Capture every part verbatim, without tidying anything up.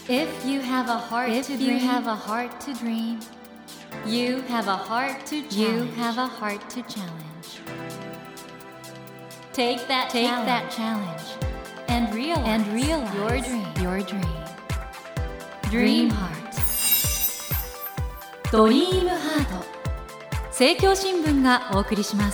If you have a heart If to you dream, have a heart to dream, you have a heart to challenge. you have a heart to challenge. Take that Take challenge that challenge and realize, and realize your dream. your dream. Dream Dream Heart. Heart ドリームハート政教新聞がお送りします。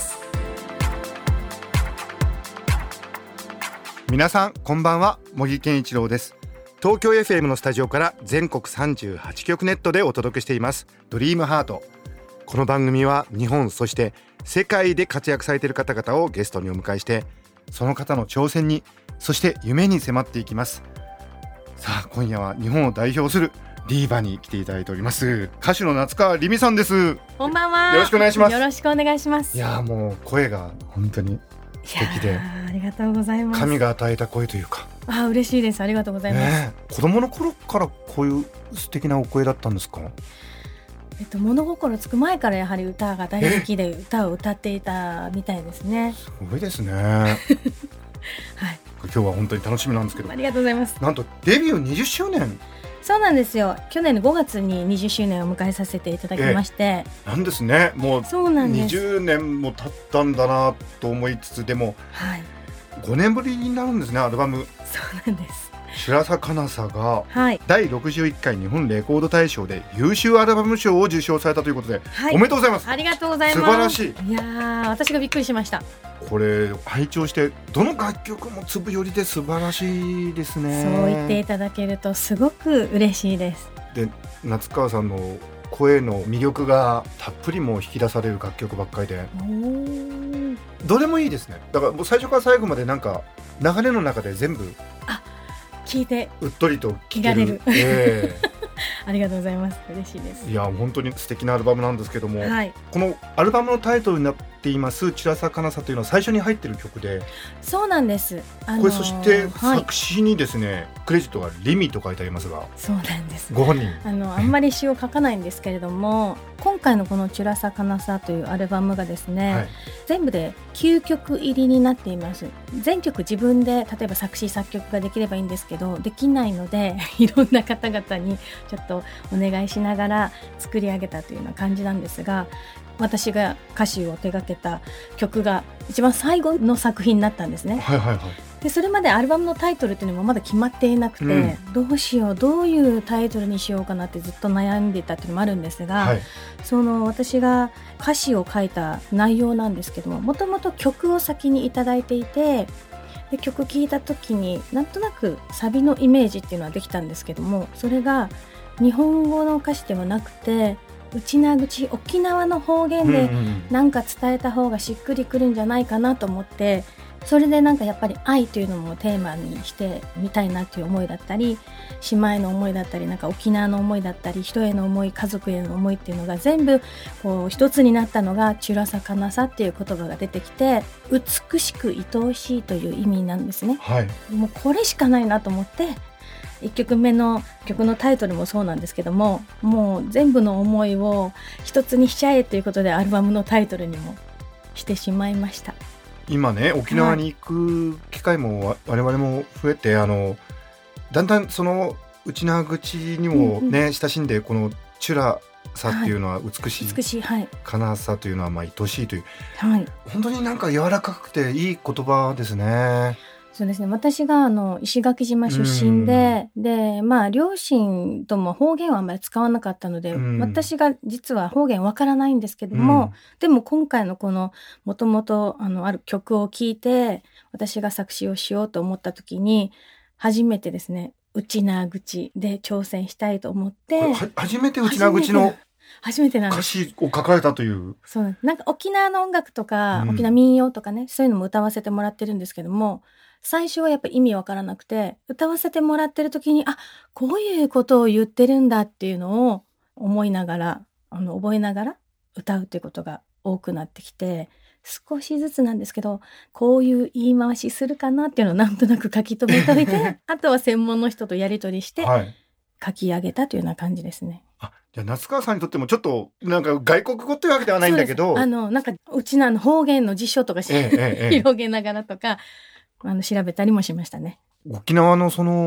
皆さんこんばんは、茂木健一郎です。東京 エフエム のスタジオから全国さんじゅうはちきょくネットでお届けしていますドリームハート。この番組は日本そして世界で活躍されている方々をゲストにお迎えして、その方の挑戦にそして夢に迫っていきます。さあ今夜は日本を代表するディーバに来ていただいております歌手の夏川りみさんです。 こんばんは。 よろしくお願いします。 よろしくお願いします。 いやもう声が本当に素敵で、 ありがとうございます。 神が与えた声というか、 あ、嬉しいです。ありがとうございます、 ね、子供の頃からこういう素敵なお声だったんですか？ えっと、物心つく前からやはり歌が大好きで歌を歌っていたみたいですね。 すごいですねはい、 今日は本当に楽しみなんですけど、 ありがとうございます。 なんとデビューにじゅっしゅうねんそうなんですよ。去年のごがつににじゅっしゅうねんを迎えさせていただきまして、 なんですね。もうそうなんです。 にじゅうねんも経ったんだなと思いつつ、でも、 はい、 ごねんぶりになるんですね、アルバム。 そうなんです。 白坂かなさが、 はい、 だいろくじゅういっかい日本レコード大賞で優秀アルバム賞を受賞されたということで、 はい、 おめでとうございます。 ありがとうございます。 素晴らしい。 いやー、私がびっくりしました。 これ拝聴してどの楽曲も粒よりで素晴らしいですね。 そう言っていただけるとすごく嬉しいです。 で、夏川さんの声の魅力がたっぷりも引き出される楽曲ばっかりで、 おー、 どれもいいですね。だからもう最初から最後までなんか流れの中で全部聞いてうっとりと聴ける。 気が出る、 えーありがとうございます。嬉しいです。 いや本当に素敵なアルバムなんですけども、 はい、 このアルバムのタイトルになっています散らさかなさというのは最初に入っている曲で、 そうなんです、あのー、 これそしてはい、 作詞にですね、クレジットがリミと書いてありますが、 そうなんです。 ご本人あのあんまり詩を書かないんですけれども、今回のこの散らさかなさというアルバムがですね、はい、全部できゅうきょく入りになっています。全曲自分で例えば作詞作曲ができればいいんですけど、できないのでいろんな方々にちょっとお願いしながら作り上げたというような感じなんですが、私が歌詞を手掛けた曲が一番最後の作品になったんですね。 はいはいはい。 でそれまでアルバムのタイトルっていうのもまだ決まっていなくて、うん、どうしようどういうタイトルにしようかなってずっと悩んでいたっていうのもあるんですが、はい、その私が歌詞を書いた内容なんですけども、もともと曲を先にいただいていて、で曲聴いた時になんとなくサビのイメージっていうのはできたんですけども、それが日本語の歌詞ではなくて内名口沖縄の方言でなんか伝えた方がしっくりくるんじゃないかなと思って、それでなんかやっぱり愛というのもテーマにしてみたいなという思いだったり、姉妹の思いだったり、なんか沖縄の思いだったり、人への思い、家族への思いっていうのが全部こう一つになったのが散らさかなさっていう言葉が出てきて、美しく愛おしいという意味なんですね、はい、もうこれしかないなと思って、いっきょくめの曲のタイトルもそうなんですけども、もう全部の思いを一つにしちゃえということでアルバムのタイトルにもしてしまいました。 今ね、沖縄に行く機会も我々も増えて、あのだんだんその内縄口にもね、うんうん、親しんで、このチュラさっていうのは美しい、はい、美しい、はい、かなさというのはまあ愛しいという、はい、本当になんか柔らかくていい言葉ですね。 そうですね、私があの石垣島出身で、で、まあ両親とも方言はあんまり使わなかったので、私が実は方言わからないんですけども、でも今回のこのもともとあのある曲を聴いて、私が作詞をしようと思った時に、初めてですね、内縄口で挑戦したいと思って、 初めて内縄口の初めてなんです。 歌詞を書かれたという。 そうなんか沖縄の音楽とか、うん、沖縄民謡とかね、そういうのも歌わせてもらってるんですけども、最初はやっぱり意味わからなくて、歌わせてもらってる時に、あ、こういうことを言ってるんだっていうのを思いながら、あの覚えながら歌うっていうことが多くなってきて、少しずつなんですけど、こういう言い回しするかなっていうのをなんとなく書き留めておいてあとは専門の人とやり取りして書き上げたというような感じですね。 はい、あ、じゃあ夏川さんにとってもちょっとなんか外国語っていうわけではないんだけど、 あのなんかうちのあの方言の辞書とか、ええええ、広げながらとかあの調べたりもしましたね。 沖縄のその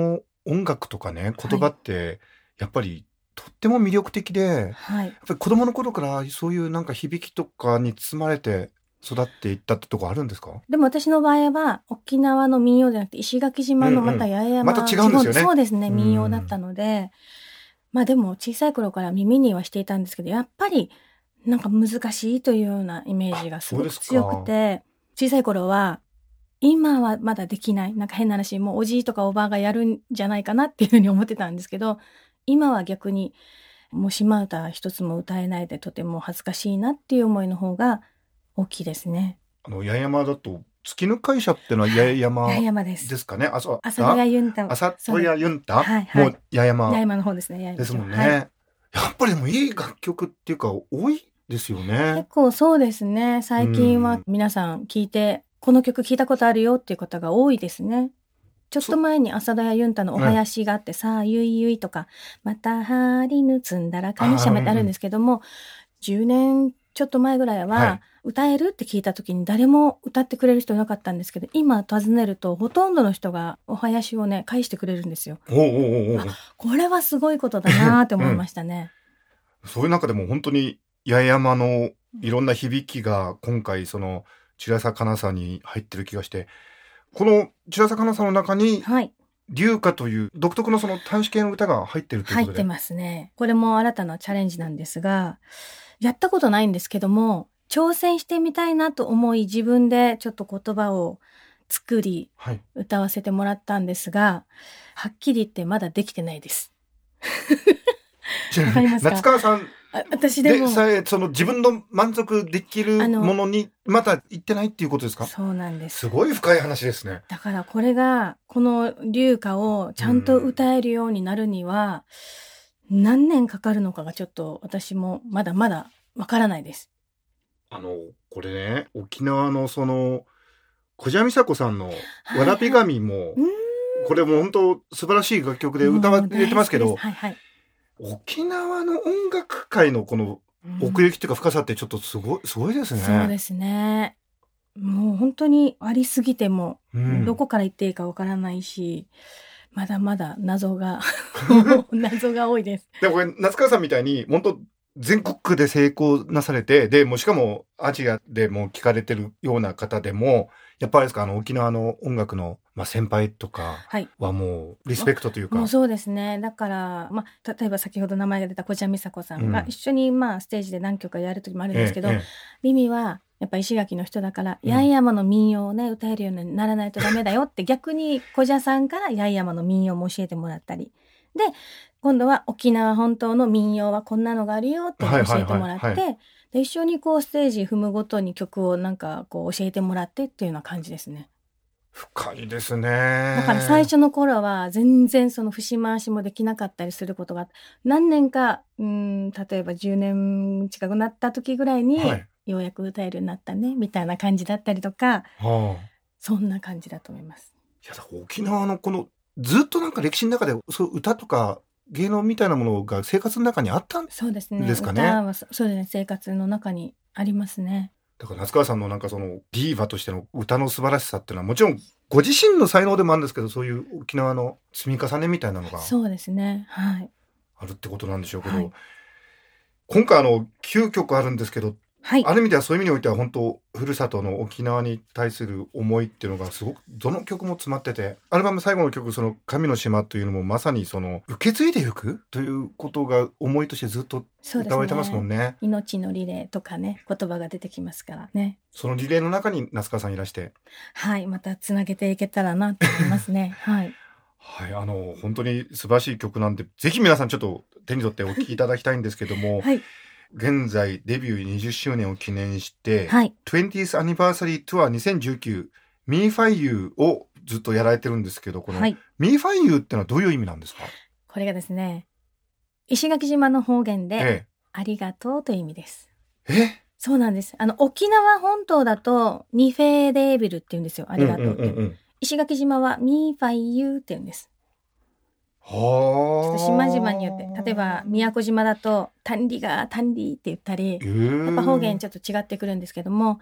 音楽とかね言葉ってやっぱりとっても魅力的で、 はい、 やっぱり子供の頃からそういうなんか響きとかに包まれて育っていったってとこあるんですか？ でも私の場合は沖縄の民謡じゃなくて石垣島のまた八重山、 うんうん、また違うんですよね。 そうですね、民謡だったので、まあでも小さい頃から耳にはしていたんですけど、やっぱりなんか難しいというようなイメージがすごく強くて、小さい頃は今はまだできない、なんか変な話、もうおじいとかおばあがやるんじゃないかなっていうふうに思ってたんですけど、今は逆にもう島唄一つも歌えないでとても恥ずかしいなっていう思いの方が大きいですね。 あの八重山だと月の会社っていうのは八重山八重山ですですかね。あそう朝戸屋ユンタ朝戸屋ユンタ、 はいはい、 もう八重山八重山の方ですね。八重山ですもんね、 はい、 やっぱりでもいい楽曲っていうか多いですよね。 結構そうですね。最近は皆さん聞いて、この曲聞いたことあるよっていう方が多いですね。ちょっと前に朝戸屋ユンタのお囃子があって、さあゆいゆいとかまたはりぬつんだらかにしゃめってあるんですけども、じゅうねんちょっと前ぐらいは、はい、歌えるって聞いた時に誰も歌ってくれる人いなかったんですけど、今尋ねるとほとんどの人がお囃子をね返してくれるんですよ。 おうおうおう、 あ、これはすごいことだなって思いましたね、 うん、そういう中でも本当に八重山のいろんな響きが今回そのちらさかなさに入ってる気がして、このちらさかなさの中に、はい、流歌という独特のその短詞系の歌が入ってるということで。 入ってますね。これも新たなチャレンジなんですが、やったことないんですけども、挑戦してみたいなと思い自分でちょっと言葉を作り、はい、歌わせてもらったんですが、はっきり言ってまだできてないです。 わかりますか？夏川さん私でもでさえその自分の満足できるものにまだ行ってないっていうことですか？ そうなんです。 すごい深い話ですね。 だからこれがこの流歌をちゃんと歌えるようになるには何年かかるのかがちょっと私もまだまだわからないです。 あのこれね、沖縄のその小蛇美佐子さんのわらび神も、はいはい、これも本当素晴らしい楽曲で歌われてますけど、はいはい、沖縄の音楽界のこの奥行きっていうか深さってちょっとすごい、すごいですね。 そうですね。もう本当にありすぎても、うん、どこから言っていいかわからないし、まだまだ謎が謎が多いです。 でもこれ夏川さんみたいに本当全国区で成功なされて、でもうしかもアジアでも聞かれてるような方でもやっぱりですか、あの沖縄の音楽の、まあ、先輩とかはもうリスペクトというか、 はい、もうそうですね。だから、まあ、例えば先ほど名前が出た小蛇美佐子さんが一緒に、まあ、ステージで何曲かやる時もあるんですけど、ええ、リミはやっぱ石垣の人だから、うん、八重山の民謡をね歌えるようにならないとダメだよって逆に小蛇さんから八重山の民謡も教えてもらったりで、今度は沖縄本島の民謡はこんなのがあるよって教えてもらって、はいはいはいはい、で一緒にこうステージ踏むごとに曲をなんかこう教えてもらってっていうような感じですね。 深いですね。 だから最初の頃は全然その節回しもできなかったりすることが何年か、うーん、例えばじゅうねん近くなった時ぐらいに、はい、ようやく歌えるようになったねみたいな感じだったりとか、はあ、そんな感じだと思います。 いやだから沖縄のこのずっとなんか歴史の中でそう歌とか芸能みたいなものが生活の中にあったんですかね。 そうですね。歌はそうですね、生活の中にありますね。 だから夏川さんのなんかそのディーバとしての歌の素晴らしさっていうのはもちろんご自身の才能でもあるんですけど、そういう沖縄の積み重ねみたいなのがそうですね、はい、 あるってことなんでしょうけど、 はい、 今回あのきゅうきょくあるんですけど、はい、ある意味ではそういう意味においては本当ふるさとの沖縄に対する思いっていうのがすごくどの曲も詰まってて、アルバム最後の曲その神の島というのもまさにその受け継いでいくということが思いとしてずっと歌われてますもん ね, ね命のリレーとかね言葉が出てきますからね。 そのリレーの中に夏川さんいらしてはいまたつなげていけたらなと思いますねはいはい、あの本当に素晴らしい曲なんでぜひ皆さんちょっと手に取ってお聴きいただきたいんですけども、はい、現在デビューにじゅっしゅうねんを記念して、はい、twentieth Anniversary Tour にせんじゅうきゅう Me Fi You をずっとやられてるんですけど、この、はい、Me Fi You ってのはどういう意味なんですか？ これがですね、石垣島の方言で、ええ、ありがとうという意味です。 え？ そうなんです。あの沖縄本島だとニフェーデービルって言うんですよ、ありがとうって、うんうんうんうん、石垣島は Me Fi You って言うんです。 はあ、ちょっと島々によって例えば宮古島だとタンリがタンリって言ったり、やっぱ方言ちょっと違ってくるんですけども、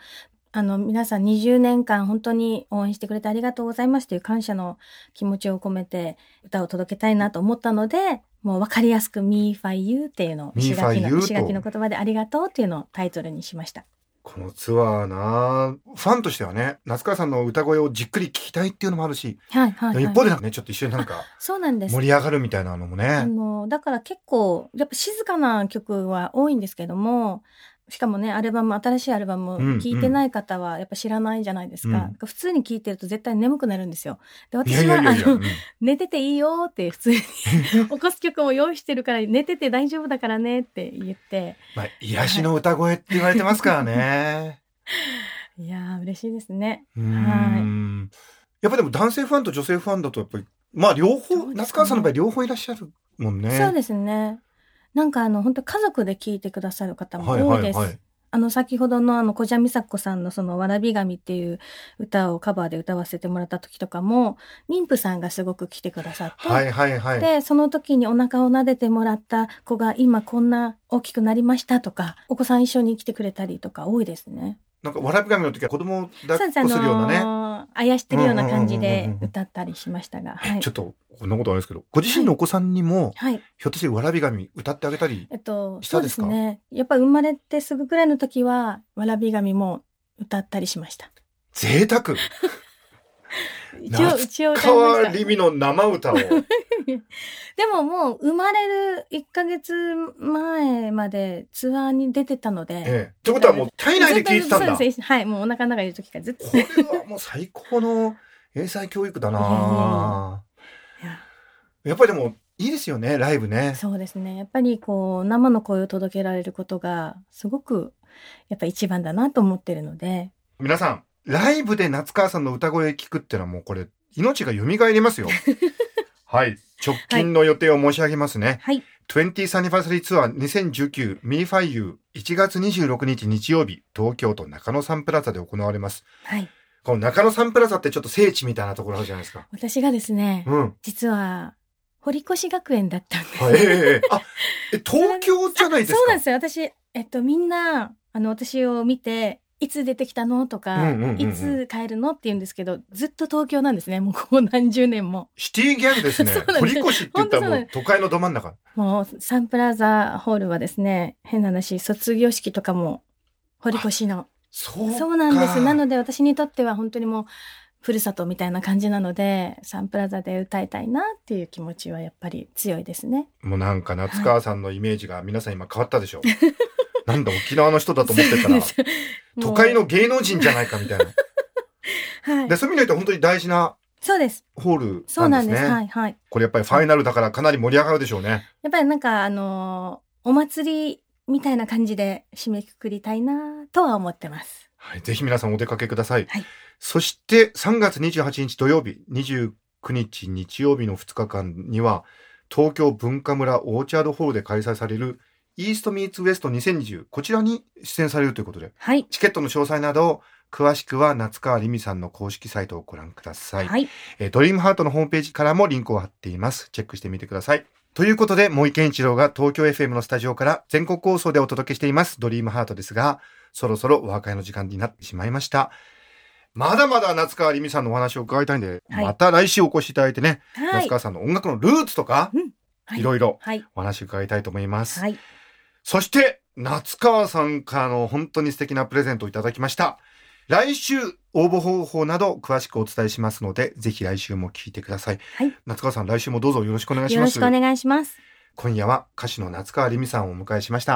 あの皆さんにじゅうねんかん本当に応援してくれてありがとうございますという感謝の気持ちを込めて歌を届けたいなと思ったので、もう分かりやすく Me for You っていうのを石垣の、石垣の言葉でありがとうっていうのをタイトルにしました。 このツアーな、ファンとしてはね、夏川さんの歌声をじっくり聞きたいっていうのもあるし、 はいはいはい、 一方でなんかね、ちょっと一緒になんかそうなんです、 盛り上がるみたいなのもね。 あのだから結構やっぱ静かな曲は多いんですけども、しかもねアルバム新しいアルバム聴いてない方はやっぱ知らないじゃないですか、うんうん、普通に聴いてると絶対眠くなるんですよ。で私は寝てていいよって普通に起こす曲も用意してるから寝てて大丈夫だからねって言って、 まあ、癒しの歌声って言われてますからねいやー嬉しいですね。 うーん、はい、やっぱでも男性ファンと女性ファンだとやっぱりまあ両方、ね、夏川さんの場合両方いらっしゃるもんね。 そうですね。なんかあの本当家族で聴いてくださる方も多いです、はいはいはい、あの先ほどのあの小蛇美佐子さんのそのわらび神っていう歌をカバーで歌わせてもらった時とかも妊婦さんがすごく来てくださって、 はいはいはい、 でその時にお腹を撫でてもらった子が今こんな大きくなりましたとか、お子さん一緒に来てくれたりとか多いですね。 なんかわらび神の時は子供を抱っこするようなね、あのー、あやしてるような感じで歌ったりしましたが、はい、 ちょっとこんなことあるんですけど、ご自身のお子さんにも、 はい、 ひょっとしてわらび神歌ってあげたりしたですか？えっと、そうですね。 やっぱり生まれてすぐくらいの時はわらび神も歌ったりしました。 贅沢一応一応夏川りみの生歌をでももう生まれるいっかげつまえまでツアーに出てたので、ええ、ってことはもう体内で聞いてたんだ。 そうです、はい、もうお腹の中にいる時からずっと。 これはもう最高の英才教育だな。いややっぱりでもいいですよね、ライブね。 そうですね、やっぱりこう生の声を届けられることがすごくやっぱ一番だなと思ってるので、 皆さんライブで夏川さんの歌声を聞くっていうのはもうこれ命が蘇りますよはい、直近の予定を申し上げますね。 はい、 twentieth Anniversary Tour にせんじゅうきゅう Me for You いちがつにじゅうろくにち日曜日、東京都中野サンプラザで行われます。 はい、 この中野サンプラザってちょっと聖地みたいなところあるじゃないですか。 私がですね、うん、実は堀越学園だったんです、 えー、あえ東京じゃないですか。 そうなんですよ。私、えっと、みんなあの私を見ていつ出てきたのとか、うんうんうんうん、いつ帰るのって言うんですけど、ずっと東京なんですね。もうこう何十年も。 シティギャルですね。堀越って言ったらもう都会のど真ん中。 もうサンプラザホールはですね、変な話、卒業式とかも堀越の。 そうか。 そうなんです。なので私にとっては本当にもうふるさとみたいな感じなので、サンプラザで歌いたいなっていう気持ちはやっぱり強いですね。 もうなんか夏川さんのイメージが皆さん今変わったでしょう。なんだ沖縄の人だと思ってたら都会の芸能人じゃないかみたいな、はい、でそういう意味で言うと本当に大事なそうですホールなんですね。 そうなんです、はいはい、 これやっぱりファイナルだからかなり盛り上がるでしょうね。 やっぱりなんかあのー、お祭りみたいな感じで締めくくりたいなとは思ってます、 はい、ぜひ皆さんお出かけください、 はい、 そしてさんがつにじゅうはちにち土曜日、にじゅうくにち日曜日のふつかかんには東京文化村オーチャードホールで開催されるイーストミーツウエストにせんにじゅう、こちらに出演されるということで、 はい、 チケットの詳細など詳しくは夏川りみさんの公式サイトをご覧ください、 はい、 えー、ドリームハートのホームページからもリンクを貼っています。チェックしてみてください。ということで、森健一郎が東京 エフエム のスタジオから全国放送でお届けしていますドリームハートですが、そろそろお別れの時間になってしまいました。まだまだ夏川りみさんのお話を伺いたいんで、はい、また来週お越しいただいてね、はい、夏川さんの音楽のルーツとか、うんはい、いろいろお話を伺いたいと思います、はい、そして夏川さんからの本当に素敵なプレゼントをいただきました。来週応募方法など詳しくお伝えしますので、ぜひ来週も聞いてください、はい、夏川さん来週もどうぞよろしくお願いします。 よろしくお願いします。 今夜は歌手の夏川りみさんをお迎えしました。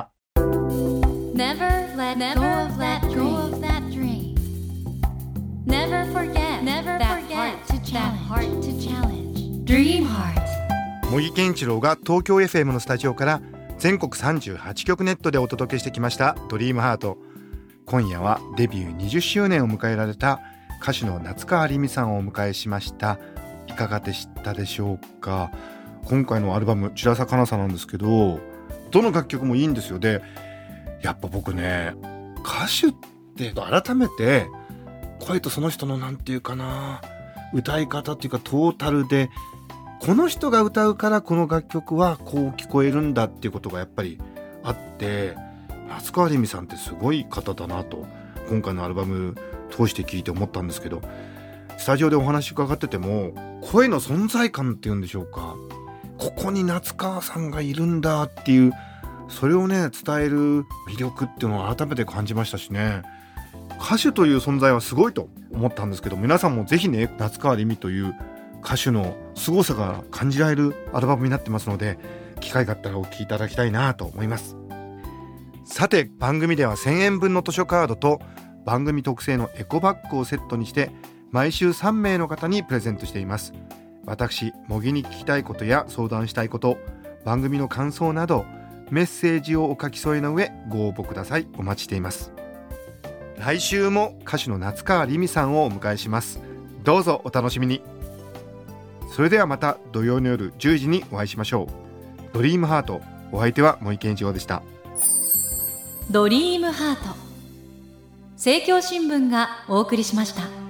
Never let go of that dream. Never forget that heart to challenge. Dream Heart。 茂木健一郎が東京 エフエム のスタジオから全国さんじゅうはちきょくネットでお届けしてきましたドリームハート。今夜はデビューにじゅっしゅうねんを迎えられた歌手の夏川りみさんをお迎えしました。いかがでしたでしょうか。今回のアルバム白坂かなさなんですけど、どの楽曲もいいんですよ。でやっぱ僕ね、歌手って改めて声とその人のなんていうかな、歌い方っていうかトータルでこの人が歌うからこの楽曲はこう聞こえるんだっていうことがやっぱりあって、夏川りみさんってすごい方だなと。 今回のアルバム通して聴いて思ったんですけど、スタジオでお話伺ってても声の存在感っていうんでしょうか、ここに夏川さんがいるんだっていう、それをね伝える魅力っていうのを改めて感じましたしね、歌手という存在はすごいと思ったんですけど、皆さんもぜひね夏川りみという歌手の凄さが感じられるアルバムになってますので、機会があったらお聴きいただきたいなと思います。さて番組ではせんえんぶんの図書カードと番組特製のエコバッグをセットにして毎週さんめいの方にプレゼントしています。私茂木に聞きたいことや相談したいこと、番組の感想などメッセージをお書き添えの上ご応募ください。お待ちしています。来週も歌手の夏川りみさんをお迎えします。どうぞお楽しみに。それではまた土曜の夜じゅうじにお会いしましょう。ドリームハート、お相手は森健一郎でした。 ドリームハート、政教新聞がお送りしました。